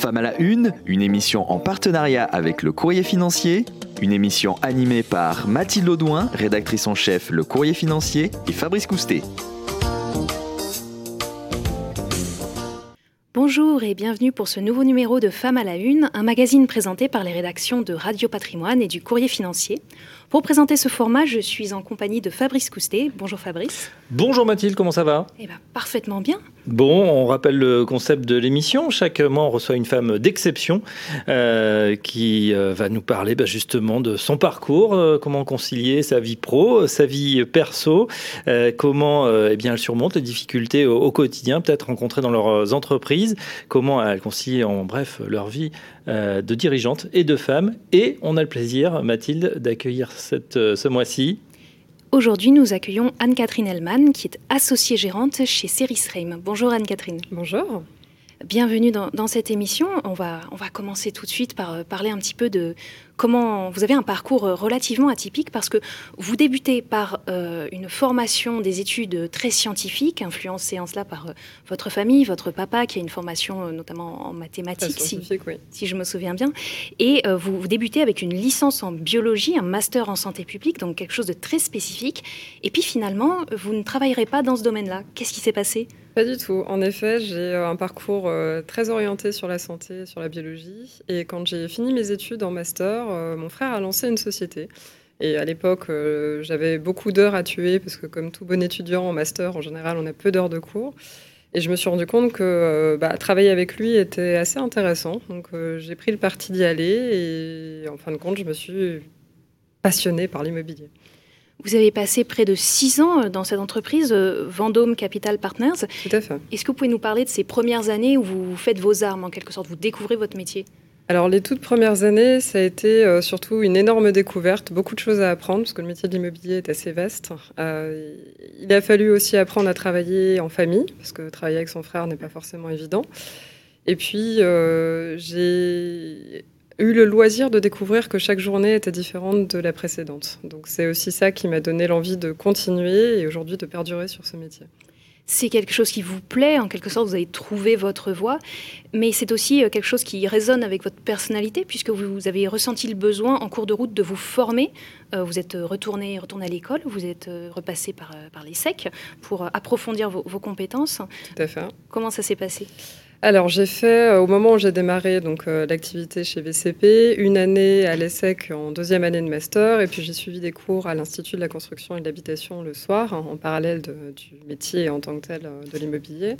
Femmes à la une émission en partenariat avec Le Courrier Financier, une émission animée par Mathilde Audouin, rédactrice en chef Le Courrier Financier, et Fabrice Coustet. Bonjour et bienvenue pour ce nouveau numéro de Femmes à la Une, un magazine présenté par les rédactions de Radio Patrimoine et du Courrier Financier. Pour présenter ce format, je suis en compagnie de Fabrice Coustet. Bonjour Fabrice. Bonjour Mathilde, comment ça va ? Parfaitement bien. Bon, on rappelle le concept de l'émission. Chaque mois, on reçoit une femme d'exception qui va nous parler justement de son parcours, comment concilier sa vie pro, sa vie perso, comment elle surmonte les difficultés au quotidien, peut-être rencontrées dans leurs entreprises, comment elles concilient en bref leur vie de dirigeante et de femme. Et on a le plaisir, Mathilde, d'accueillir ce mois-ci. Aujourd'hui, nous accueillons Anne-Catherine Hellman, qui est associée gérante chez Ceris Reim. Bonjour Anne-Catherine. Bonjour. Bienvenue dans cette émission. On va commencer tout de suite par parler un petit peu de comment vous avez un parcours relativement atypique parce que vous débutez par une formation des études très scientifiques, influencée en cela par votre famille, votre papa qui a une formation notamment en mathématiques, si je me souviens bien. Et vous débutez avec une licence en biologie, un master en santé publique, donc quelque chose de très spécifique. Et puis finalement, vous ne travaillerez pas dans ce domaine-là. Qu'est-ce qui s'est passé ? Pas du tout. En effet, j'ai un parcours très orienté sur la santé, sur la biologie. Et quand j'ai fini mes études en master, mon frère a lancé une société. Et à l'époque, j'avais beaucoup d'heures à tuer parce que comme tout bon étudiant en master, en général, on a peu d'heures de cours. Et je me suis rendu compte que travailler avec lui était assez intéressant. Donc j'ai pris le parti d'y aller et en fin de compte, je me suis passionnée par l'immobilier. Vous avez passé près de 6 ans dans cette entreprise, Vendôme Capital Partners. Tout à fait. Est-ce que vous pouvez nous parler de ces premières années où vous faites vos armes, en quelque sorte, vous découvrez votre métier ? Alors, les toutes premières années, ça a été surtout une énorme découverte, beaucoup de choses à apprendre, parce que le métier de l'immobilier est assez vaste. Il a fallu aussi apprendre à travailler en famille, parce que travailler avec son frère n'est pas forcément évident. Et puis, j'ai eu le loisir de découvrir que chaque journée était différente de la précédente. Donc c'est aussi ça qui m'a donné l'envie de continuer et aujourd'hui de perdurer sur ce métier. C'est quelque chose qui vous plaît, en quelque sorte, vous avez trouvé votre voie, mais c'est aussi quelque chose qui résonne avec votre personnalité, puisque vous avez ressenti le besoin en cours de route de vous former. Vous êtes retourné à l'école, vous êtes repassé par l'ESSEC pour approfondir vos compétences. Tout à fait. Comment ça s'est passé ? Alors, j'ai fait, au moment où j'ai démarré l'activité chez VCP, une année à l'ESSEC en 2e année de master, et puis j'ai suivi des cours à l'Institut de la construction et de l'habitation le soir, en parallèle du métier en tant que tel de l'immobilier.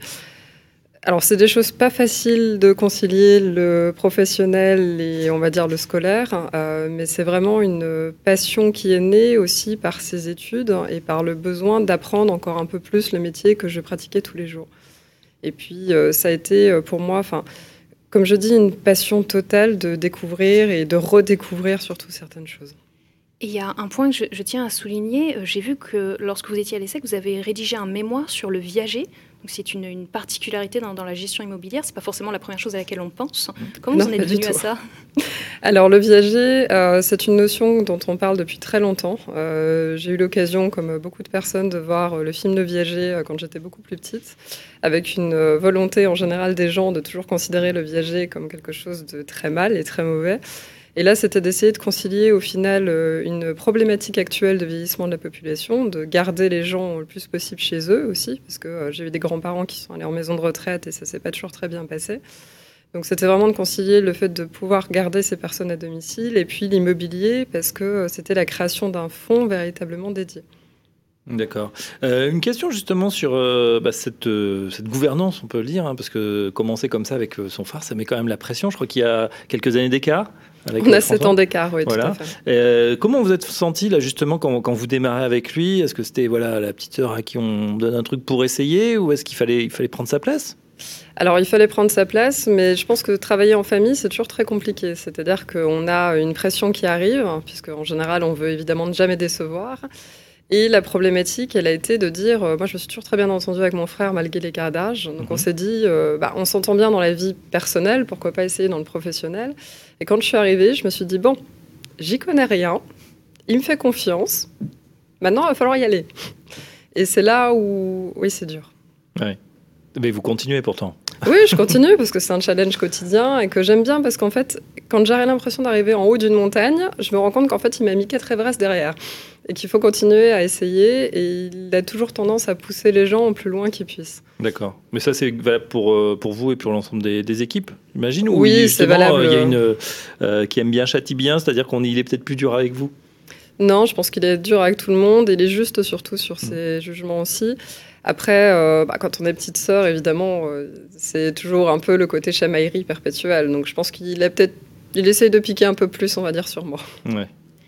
Alors, c'est des choses pas faciles de concilier le professionnel et, on va dire, le scolaire, mais c'est vraiment une passion qui est née aussi par ces études et par le besoin d'apprendre encore un peu plus le métier que je pratiquais tous les jours. Et puis, ça a été pour moi, comme je dis, une passion totale de découvrir et de redécouvrir surtout certaines choses. Et il y a un point que je tiens à souligner. J'ai vu que lorsque vous étiez à l'ESSEC, vous avez rédigé un mémoire sur le viager. Donc c'est une particularité dans la gestion immobilière. Ce n'est pas forcément la première chose à laquelle on pense. Comment vous en êtes venu à ça ? Alors, le viager, c'est une notion dont on parle depuis très longtemps. J'ai eu l'occasion, comme beaucoup de personnes, de voir le film Le Viager quand j'étais beaucoup plus petite, avec une volonté en général des gens de toujours considérer le viager comme quelque chose de très mal et très mauvais. Et là, c'était d'essayer de concilier au final une problématique actuelle de vieillissement de la population, de garder les gens le plus possible chez eux aussi, parce que j'ai eu des grands-parents qui sont allés en maison de retraite et ça ne s'est pas toujours très bien passé. Donc c'était vraiment de concilier le fait de pouvoir garder ces personnes à domicile et puis l'immobilier, parce que c'était la création d'un fonds véritablement dédié. D'accord. Une question justement sur cette gouvernance, on peut le dire, parce que commencer comme ça avec son frère, ça met quand même la pression. Je crois qu'il y a quelques années d'écart. On a 7 ans d'écart, oui, voilà. Tout à fait. Comment vous êtes senti là justement quand vous démarrez avec lui ? Est-ce que c'était la petite sœur à qui on donne un truc pour essayer, ou est-ce qu'il fallait prendre sa place ? Alors, il fallait prendre sa place, mais je pense que travailler en famille, c'est toujours très compliqué. C'est-à-dire qu'on a une pression qui arrive, puisque en général, on veut évidemment ne jamais décevoir. Et la problématique, elle a été de dire, moi je me suis toujours très bien entendue avec mon frère malgré l'écart d'âge. Donc on s'est dit, on s'entend bien dans la vie personnelle, pourquoi pas essayer dans le professionnel. Et quand je suis arrivée, je me suis dit, bon, j'y connais rien, il me fait confiance, maintenant il va falloir y aller. Et c'est là où, oui, c'est dur. Ouais. Mais vous continuez pourtant. Oui, je continue parce que c'est un challenge quotidien et que j'aime bien parce qu'en fait, quand j'aurai l'impression d'arriver en haut d'une montagne, je me rends compte qu'en fait, il m'a mis 4 Everest derrière et qu'il faut continuer à essayer et il a toujours tendance à pousser les gens au plus loin qu'ils puissent. D'accord. Mais ça, c'est valable pour vous et pour l'ensemble des équipes, j'imagine? Ou Oui, c'est justement, valable. il y a une qui aime bien, châtie bien, c'est-à-dire qu'il est peut-être plus dur avec vous? Non, je pense qu'il est dur avec tout le monde. Il est juste surtout sur ses jugements aussi. Après, quand on est petite sœur, évidemment, c'est toujours un peu le côté chamaillerie perpétuelle. Donc je pense qu'il essaye de piquer un peu plus, on va dire, sur moi. Ouais.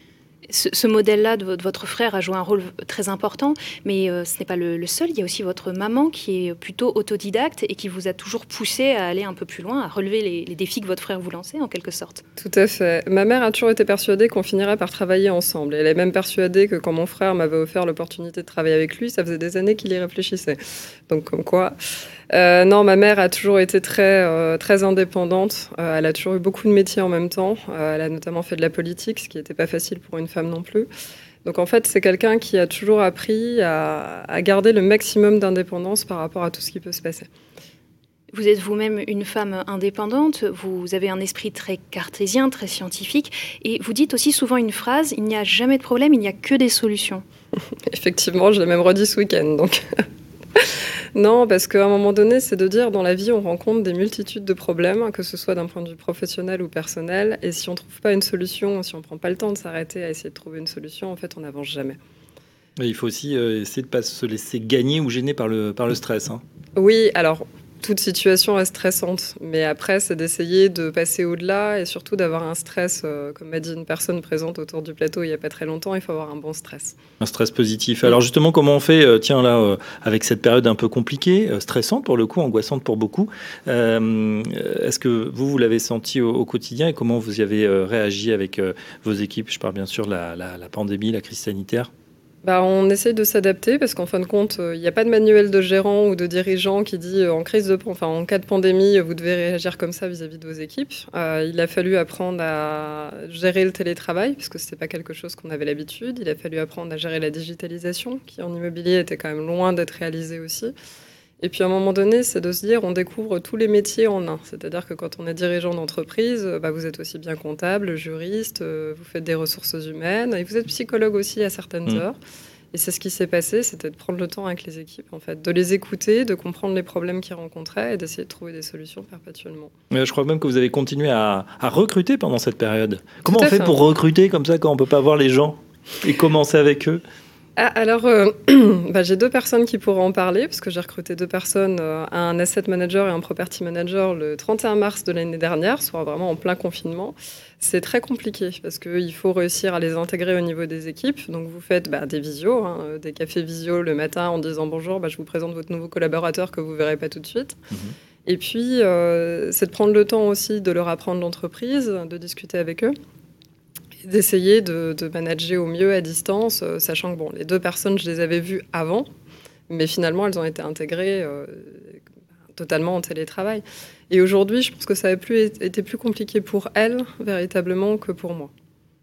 Ce modèle-là de votre frère a joué un rôle très important, mais ce n'est pas le seul. Il y a aussi votre maman qui est plutôt autodidacte et qui vous a toujours poussé à aller un peu plus loin, à relever les défis que votre frère vous lançait, en quelque sorte. Tout à fait. Ma mère a toujours été persuadée qu'on finirait par travailler ensemble. Elle est même persuadée que quand mon frère m'avait offert l'opportunité de travailler avec lui, ça faisait des années qu'il y réfléchissait. Donc comme quoi... non, ma mère a toujours été très indépendante. Elle a toujours eu beaucoup de métiers en même temps. Elle a notamment fait de la politique, ce qui n'était pas facile pour une femme non plus. Donc en fait, c'est quelqu'un qui a toujours appris à garder le maximum d'indépendance par rapport à tout ce qui peut se passer. Vous êtes vous-même une femme indépendante, vous avez un esprit très cartésien, très scientifique, et vous dites aussi souvent une phrase, il n'y a jamais de problème, il n'y a que des solutions. Effectivement, je l'ai même redit ce week-end, donc... Non, parce qu'à un moment donné, c'est de dire dans la vie, on rencontre des multitudes de problèmes, que ce soit d'un point de vue professionnel ou personnel. Et si on ne trouve pas une solution, si on ne prend pas le temps de s'arrêter à essayer de trouver une solution, en fait, on n'avance jamais. Et il faut aussi essayer de ne pas se laisser gagner ou gêner par le stress. Hein. Oui, alors... Toute situation est stressante, mais après, c'est d'essayer de passer au-delà et surtout d'avoir un stress, comme m'a dit une personne présente autour du plateau il n'y a pas très longtemps, il faut avoir un bon stress. Un stress positif. Alors justement, comment on fait, avec cette période un peu compliquée, stressante pour le coup, angoissante pour beaucoup, est-ce que vous l'avez senti au quotidien et comment vous y avez réagi avec vos équipes? Je parle bien sûr de la pandémie, la crise sanitaire. On essaye de s'adapter parce qu'en fin de compte, il n'y a pas de manuel de gérant ou de dirigeant qui dit en cas de pandémie, vous devez réagir comme ça vis-à-vis de vos équipes. Il a fallu apprendre à gérer le télétravail parce que ce n'était pas quelque chose qu'on avait l'habitude. Il a fallu apprendre à gérer la digitalisation qui en immobilier était quand même loin d'être réalisée aussi. Et puis à un moment donné, c'est de se dire, on découvre tous les métiers en un. C'est-à-dire que quand on est dirigeant d'entreprise, vous êtes aussi bien comptable, juriste, vous faites des ressources humaines et vous êtes psychologue aussi à certaines heures. Et c'est ce qui s'est passé, c'était de prendre le temps avec les équipes, en fait, de les écouter, de comprendre les problèmes qu'ils rencontraient et d'essayer de trouver des solutions perpétuellement. Mais je crois même que vous avez continué à recruter pendant cette période. Comment on fait pour recruter comme ça quand on ne peut pas voir les gens et commencer avec eux ? Alors, j'ai 2 personnes qui pourraient en parler, parce que j'ai recruté 2 personnes, un asset manager et un property manager le 31 mars de l'année dernière, soit vraiment en plein confinement. C'est très compliqué, parce qu'il faut réussir à les intégrer au niveau des équipes. Donc, vous faites des visios, des cafés visio le matin en disant « Bonjour, je vous présente votre nouveau collaborateur que vous ne verrez pas tout de suite ». Et puis, c'est de prendre le temps aussi de leur apprendre l'entreprise, de discuter avec eux. D'essayer de manager au mieux à distance, sachant que les 2 personnes, je les avais vues avant, mais finalement, elles ont été intégrées totalement en télétravail. Et aujourd'hui, je pense que ça a été plus compliqué pour elles, véritablement, que pour moi.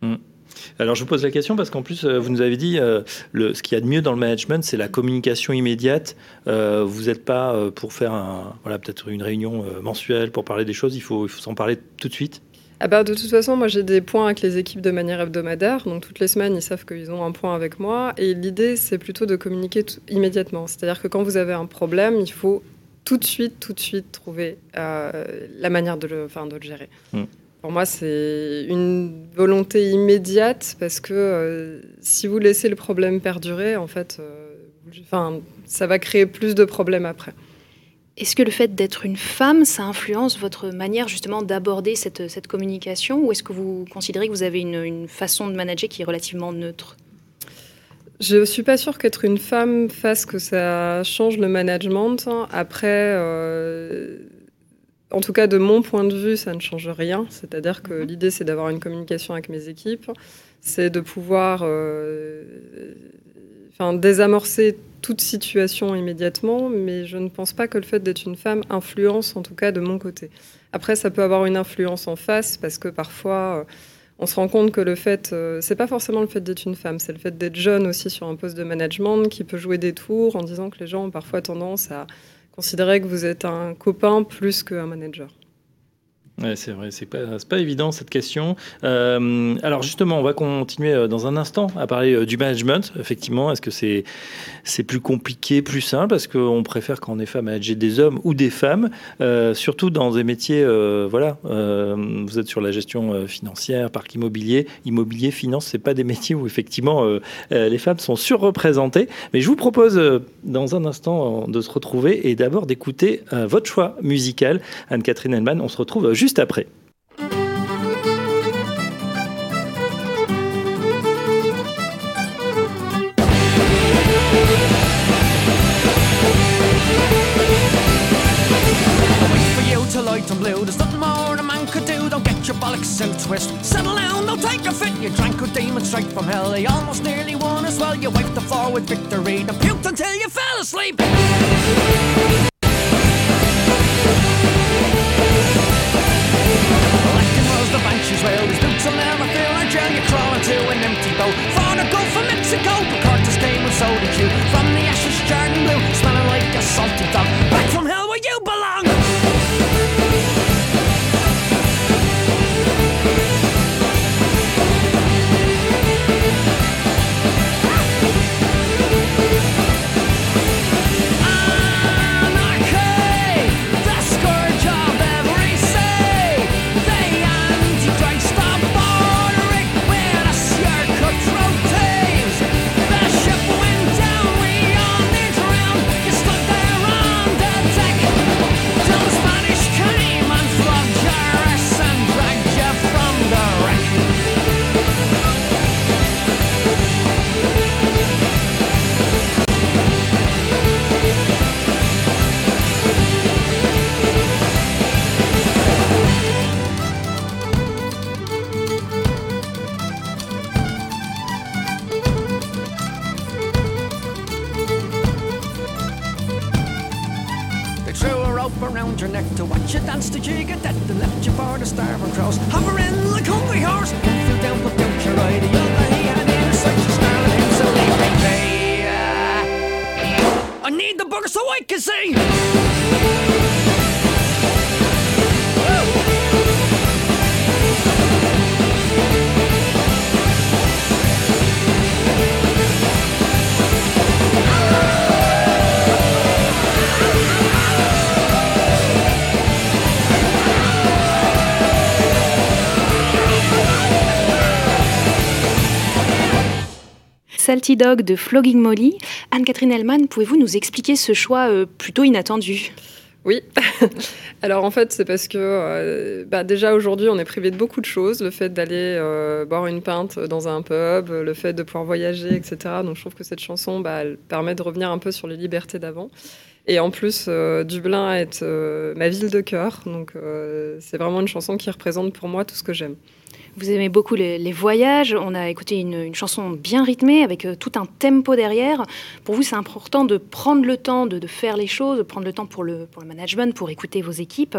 Alors, je vous pose la question parce qu'en plus, vous nous avez dit ce qu'il y a de mieux dans le management, c'est la communication immédiate. Vous n'êtes pas pour faire peut-être une réunion mensuelle pour parler des choses, il faut s'en parler tout de suite. De toute façon, moi, j'ai des points avec les équipes de manière hebdomadaire. Donc, toutes les semaines, ils savent qu'ils ont un point avec moi. Et l'idée, c'est plutôt de communiquer immédiatement. C'est-à-dire que quand vous avez un problème, il faut tout de suite trouver la manière de le gérer. Pour moi, c'est une volonté immédiate parce que si vous laissez le problème perdurer, en fait, ça va créer plus de problèmes après. Est-ce que le fait d'être une femme, ça influence votre manière justement d'aborder cette communication, ou est-ce que vous considérez que vous avez une façon de manager qui est relativement neutre ? Je ne suis pas sûre qu'être une femme fasse que ça change le management. Après, en tout cas de mon point de vue, ça ne change rien. C'est-à-dire que l'idée, c'est d'avoir une communication avec mes équipes, c'est de pouvoir désamorcer toute situation immédiatement, mais je ne pense pas que le fait d'être une femme influence, en tout cas de mon côté. Après, ça peut avoir une influence en face, parce que parfois, on se rend compte que le fait, c'est pas forcément le fait d'être une femme, c'est le fait d'être jeune aussi sur un poste de management qui peut jouer des tours en disant que les gens ont parfois tendance à considérez que vous êtes un copain plus qu'un manager. Ouais, c'est vrai, c'est pas évident cette question. Alors justement, on va continuer dans un instant à parler du management. Effectivement, est-ce que c'est plus compliqué, plus simple? Parce qu'on préfère quand on est femme manager des hommes ou des femmes, surtout dans des métiers, vous êtes sur la gestion financière, parc immobilier, finance, c'est pas des métiers où effectivement les femmes sont surreprésentées. Mais je vous propose dans un instant de se retrouver et d'abord d'écouter votre choix musical, Anne-Catherine Hellman. On se retrouve juste après. Light and blue, there's nothing more a man could do. Don't get your bollocks out twist. Settle down, don't take a fit. You drank with demons straight from hell. They almost nearly won as well. You wiped the floor with victory. Then puked until you fell asleep. The banshees wail, these boots will never fill our jail. You crawl into an empty boat, far to go from Mexico. But Curtis came and so did you. From the ashes charred blue, smelling like a salty dog. Back from hell where you belong. Around your neck to watch you dance to jig at that and left you for the starboard cross, hovering like hungry horse. One fell down, but don't you ride the other. He had in such a snarl at him, so leave me be. I need the bugger so I can see. Salty Dog de Flogging Molly. Anne-Catherine Hellman, pouvez-vous nous expliquer ce choix plutôt inattendu ? Oui, alors en fait c'est parce que déjà aujourd'hui on est privé de beaucoup de choses, le fait d'aller boire une pinte dans un pub, le fait de pouvoir voyager, etc. Donc je trouve que cette chanson elle permet de revenir un peu sur les libertés d'avant. Et en plus, Dublin est ma ville de cœur, donc c'est vraiment une chanson qui représente pour moi tout ce que j'aime. Vous aimez beaucoup les voyages, on a écouté une chanson bien rythmée avec tout un tempo derrière. Pour vous, c'est important de prendre le temps de faire les choses, de prendre le temps pour le management, pour écouter vos équipes.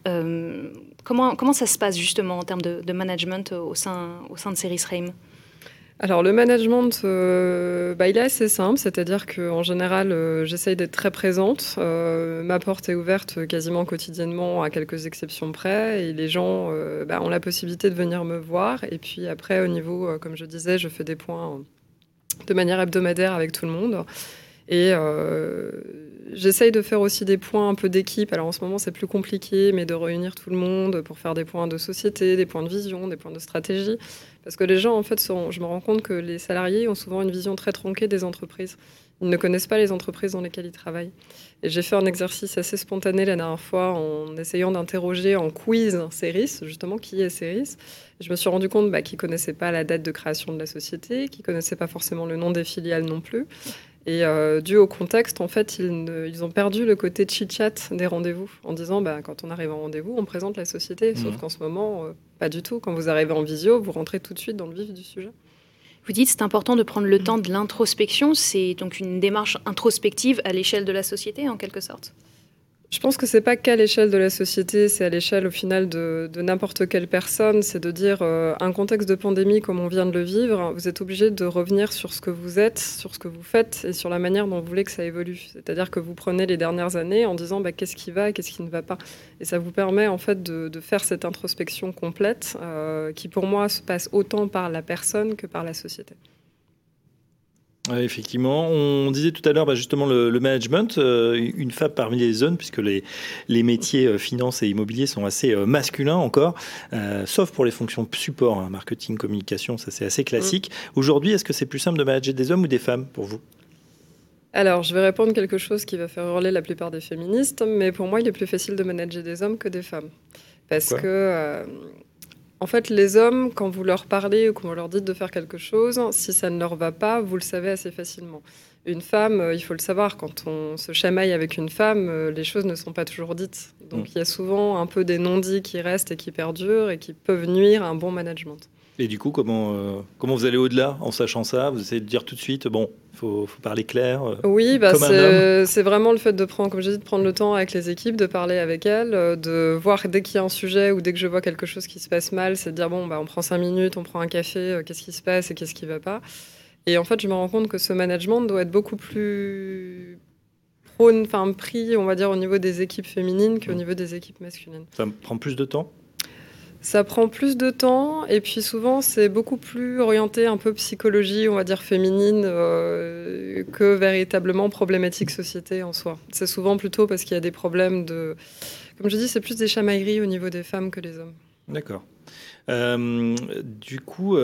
Comment ça se passe justement en termes de management au sein de Ceres Reim ? Alors le management, il est assez simple, c'est-à-dire qu'en général, j'essaye d'être très présente. Ma porte est ouverte quasiment quotidiennement, à quelques exceptions près, et les gens ont la possibilité de venir me voir. Et puis après, au niveau, comme je disais, je fais des points de manière hebdomadaire avec tout le monde. Et j'essaye de faire aussi des points un peu d'équipe. Alors en ce moment, c'est plus compliqué, mais de réunir tout le monde pour faire des points de société, des points de vision, des points de stratégie. Parce que les gens, en fait, je me rends compte que les salariés ont souvent une vision très tronquée des entreprises. Ils ne connaissent pas les entreprises dans lesquelles ils travaillent. Et j'ai fait un exercice assez spontané la dernière fois en essayant d'interroger en quiz Ceres, justement, qui est Ceres. Je me suis rendu compte qu'ils ne connaissaient pas la date de création de la société, qu'ils ne connaissaient pas forcément le nom des filiales non plus. Et dû au contexte, en fait, ils ont perdu le côté chit-chat des rendez-vous en disant quand on arrive en rendez-vous, on présente la société. Sauf qu'en ce moment, pas du tout. Quand vous arrivez en visio, vous rentrez tout de suite dans le vif du sujet. Vous dites c'est important de prendre le temps de l'introspection. C'est donc une démarche introspective à l'échelle de la société, en quelque sorte ? Je pense que c'est pas qu'à l'échelle de la société, c'est à l'échelle au final de n'importe quelle personne. C'est de dire un contexte de pandémie comme on vient de le vivre, vous êtes obligé de revenir sur ce que vous êtes, sur ce que vous faites et sur la manière dont vous voulez que ça évolue. C'est-à-dire que vous prenez les dernières années en disant qu'est-ce qui va et qu'est-ce qui ne va pas. Et ça vous permet en fait de faire cette introspection complète qui pour moi se passe autant par la personne que par la société. Ouais, effectivement, on disait tout à l'heure justement le management, une femme parmi les zones, puisque les métiers finance et immobilier sont assez masculins encore, sauf pour les fonctions support, hein, marketing, communication, ça c'est assez classique. Aujourd'hui, est-ce que c'est plus simple de manager des hommes ou des femmes pour vous ? Alors, je vais répondre quelque chose qui va faire hurler la plupart des féministes, mais pour moi, il est plus facile de manager des hommes que des femmes. Parce que... En fait, les hommes, quand vous leur parlez ou quand vous leur dites de faire quelque chose, si ça ne leur va pas, vous le savez assez facilement. Une femme, il faut le savoir, quand on se chamaille avec une femme, les choses ne sont pas toujours dites. Donc il y a souvent un peu des non-dits qui restent et qui perdurent et qui peuvent nuire à un bon management. Et du coup, comment vous allez au-delà en sachant ça ? Vous essayez de dire tout de suite, bon, il faut parler clair, oui, comme un homme. C'est vraiment le fait de prendre, comme j'ai dit, de prendre le temps avec les équipes, de parler avec elles, de voir dès qu'il y a un sujet ou dès que je vois quelque chose qui se passe mal, c'est de dire, bon, on prend 5 minutes, on prend un café, qu'est-ce qui se passe et qu'est-ce qui ne va pas. Et en fait, je me rends compte que ce management doit être beaucoup plus pris, on va dire, au niveau des équipes féminines qu'au niveau des équipes masculines. Ça prend plus de temps ? Ça prend plus de temps et puis souvent c'est beaucoup plus orienté un peu psychologie, on va dire féminine, que véritablement problématique société en soi. C'est souvent plutôt parce qu'il y a des problèmes de... Comme je dis, c'est plus des chamailleries au niveau des femmes que des hommes. D'accord. Du coup,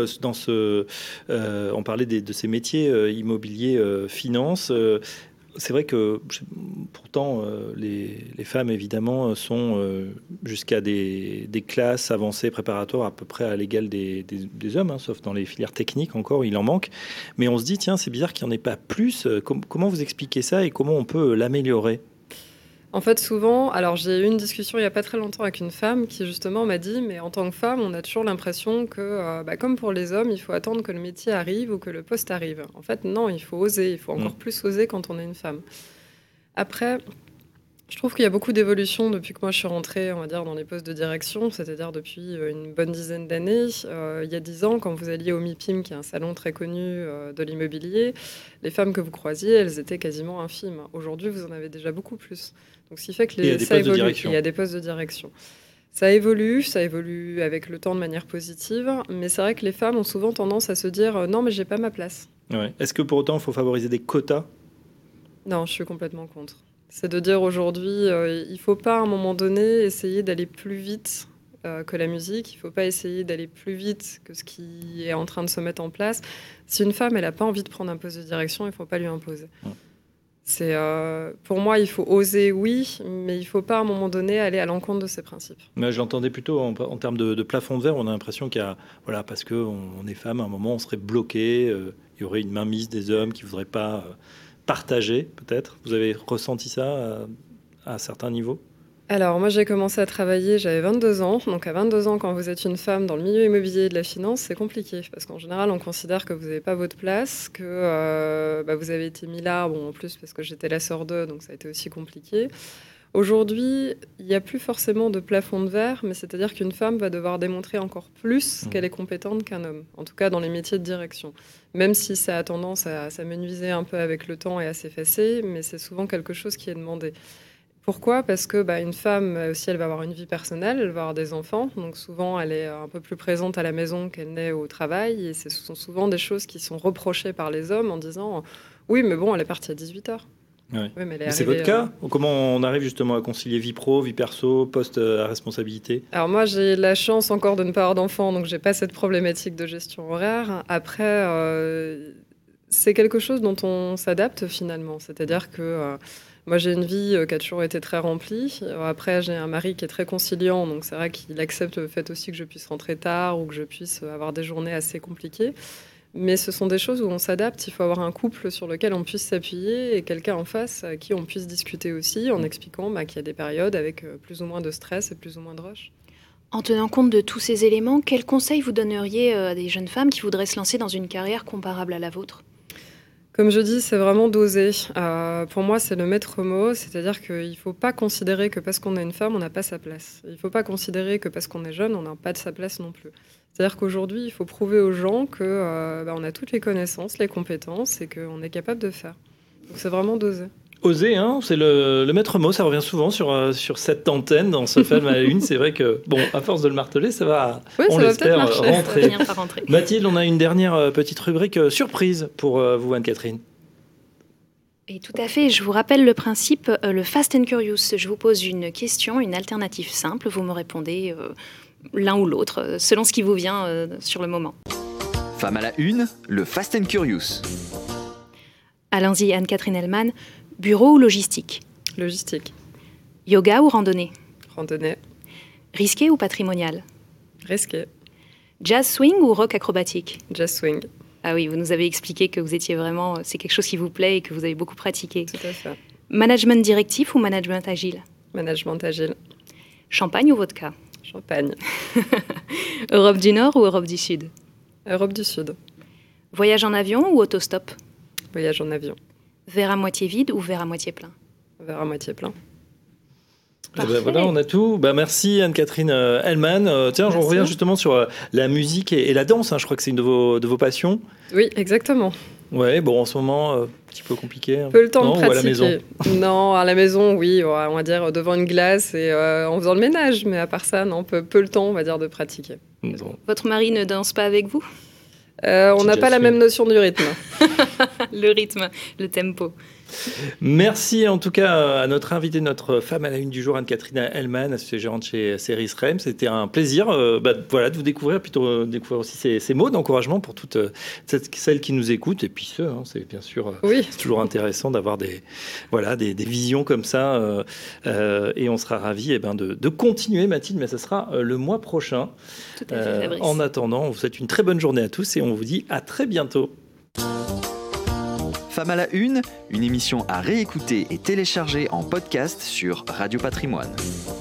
on parlait de ces métiers immobiliers, finance. C'est vrai que pourtant, les femmes, évidemment, sont jusqu'à des classes avancées préparatoires à peu près à l'égal des hommes, hein, sauf dans les filières techniques encore, il en manque. Mais on se dit, tiens, c'est bizarre qu'il n'y en ait pas plus. Comment vous expliquez ça et comment on peut l'améliorer ? En fait, souvent, alors j'ai eu une discussion il n'y a pas très longtemps avec une femme qui justement m'a dit, mais en tant que femme, on a toujours l'impression que, comme pour les hommes, il faut attendre que le métier arrive ou que le poste arrive. En fait, non, il faut oser, il faut encore plus oser quand on est une femme. Après, je trouve qu'il y a beaucoup d'évolutions depuis que moi je suis rentrée, on va dire, dans les postes de direction, c'est-à-dire depuis une bonne dizaine d'années. Il y a 10 ans, quand vous alliez au MIPIM, qui est un salon très connu de l'immobilier, les femmes que vous croisiez, elles étaient quasiment infimes. Aujourd'hui, vous en avez déjà beaucoup plus. Donc, ce qui fait que ça évolue. Il y a des postes de direction. Ça évolue avec le temps de manière positive, mais c'est vrai que les femmes ont souvent tendance à se dire non, mais j'ai pas ma place. Ouais. Est-ce que pour autant, il faut favoriser des quotas ? Non, je suis complètement contre. C'est de dire aujourd'hui, il ne faut pas à un moment donné essayer d'aller plus vite que la musique. Il ne faut pas essayer d'aller plus vite que ce qui est en train de se mettre en place. Si une femme, elle n'a pas envie de prendre un poste de direction, il ne faut pas lui imposer. Pour moi, il faut oser, oui, mais il ne faut pas à un moment donné aller à l'encontre de ses principes. Mais je l'entendais plutôt en termes de plafond de verre. On a l'impression qu'il y a, voilà, parce qu'on est femme, à un moment, on serait bloqué. Il y aurait une mainmise des hommes qui ne voudraient pas... partager, peut-être. Vous avez ressenti ça à certains niveaux ? Alors, moi, j'ai commencé à travailler, j'avais 22 ans. Donc, à 22 ans, quand vous êtes une femme dans le milieu immobilier et de la finance, c'est compliqué. Parce qu'en général, on considère que vous n'avez pas votre place, que vous avez été mis là. Bon, en plus, parce que j'étais la sœur d'eux, donc ça a été aussi compliqué. Aujourd'hui, il n'y a plus forcément de plafond de verre, mais c'est-à-dire qu'une femme va devoir démontrer encore plus qu'elle est compétente qu'un homme, en tout cas dans les métiers de direction. Même si ça a tendance à s'amenuiser un peu avec le temps et à s'effacer, mais c'est souvent quelque chose qui est demandé. Pourquoi ? Parce que une femme aussi, elle va avoir une vie personnelle, elle va avoir des enfants, donc souvent elle est un peu plus présente à la maison qu'elle n'est au travail, et ce sont souvent des choses qui sont reprochées par les hommes en disant « oui, mais bon, elle est partie à 18h ». Ouais. Oui, mais c'est votre cas ? Comment on arrive justement à concilier vie pro, vie perso, poste à responsabilité ? Alors moi, j'ai la chance encore de ne pas avoir d'enfants, donc j'ai pas cette problématique de gestion horaire. Après, c'est quelque chose dont on s'adapte finalement. C'est-à-dire que moi, j'ai une vie qui a toujours été très remplie. Après, j'ai un mari qui est très conciliant, donc c'est vrai qu'il accepte le fait aussi que je puisse rentrer tard ou que je puisse avoir des journées assez compliquées. Mais ce sont des choses où on s'adapte. Il faut avoir un couple sur lequel on puisse s'appuyer et quelqu'un en face à qui on puisse discuter aussi en expliquant qu'il y a des périodes avec plus ou moins de stress et plus ou moins de rush. En tenant compte de tous ces éléments, quels conseils vous donneriez à des jeunes femmes qui voudraient se lancer dans une carrière comparable à la vôtre ? Comme je dis, c'est vraiment doser. Pour moi, c'est le maître mot, c'est-à-dire qu'il ne faut pas considérer que parce qu'on est une femme, on n'a pas sa place. Il ne faut pas considérer que parce qu'on est jeune, on n'a pas de sa place non plus. C'est-à-dire qu'aujourd'hui, il faut prouver aux gens qu'on a toutes les connaissances, les compétences et qu'on est capable de faire. Donc c'est vraiment doser. Oser, hein, c'est le maître mot, ça revient souvent sur cette antenne dans ce Femmes à la Une. C'est vrai que, bon, à force de le marteler, ça va, on l'espère, rentrer. Mathilde, on a une dernière petite rubrique surprise pour vous, Anne-Catherine. Et tout à fait, je vous rappelle le principe, le Fast and Curious. Je vous pose une question, une alternative simple, vous me répondez l'un ou l'autre, selon ce qui vous vient sur le moment. Femmes à la Une, le Fast and Curious. Allons-y, Anne-Catherine Hellman. Bureau ou logistique? Logistique. Yoga ou randonnée? Randonnée. Risqué ou patrimonial? Risqué. Jazz swing ou rock acrobatique? Jazz swing. Ah oui, vous nous avez expliqué que vous étiez vraiment... C'est quelque chose qui vous plaît et que vous avez beaucoup pratiqué. Tout à fait. Management directif ou management agile? Management agile. Champagne ou vodka? Champagne. Europe du Nord ou Europe du Sud? Europe du Sud. Voyage en avion ou autostop? Voyage en avion. Verre à moitié vide ou verre à moitié plein? Verre à moitié plein. Voilà, on a tout. Merci Anne-Catherine Hellman. Tiens, j'en reviens justement sur la musique et la danse. Je crois que c'est une de vos passions. Oui, exactement. Ouais, bon, en ce moment, un petit peu compliqué. Peu le temps de pratiquer. Ou à la maison? Non, à la maison, oui, on va dire devant une glace et en faisant le ménage. Mais à part ça, non, peu le temps, on va dire, de pratiquer. Bon. Votre mari ne danse pas avec vous? On n'a pas la même notion du rythme. Le rythme, le tempo. Merci en tout cas à notre invitée, notre femme à la une du jour, Anne-Catherine Hellman, associée gérante chez Ceris Rem. C'était un plaisir de vous découvrir, puis de découvrir aussi ces mots d'encouragement pour toutes celles qui nous écoutent. Et puis ceux, c'est bien sûr, c'est toujours intéressant d'avoir des visions comme ça. Et on sera ravis de continuer, Mathilde, mais ça sera le mois prochain. Tout à fait, Fabrice. En attendant, on vous souhaite une très bonne journée à tous et on vous dit à très bientôt. Femmes à la Une, une émission à réécouter et télécharger en podcast sur Radio Patrimoine.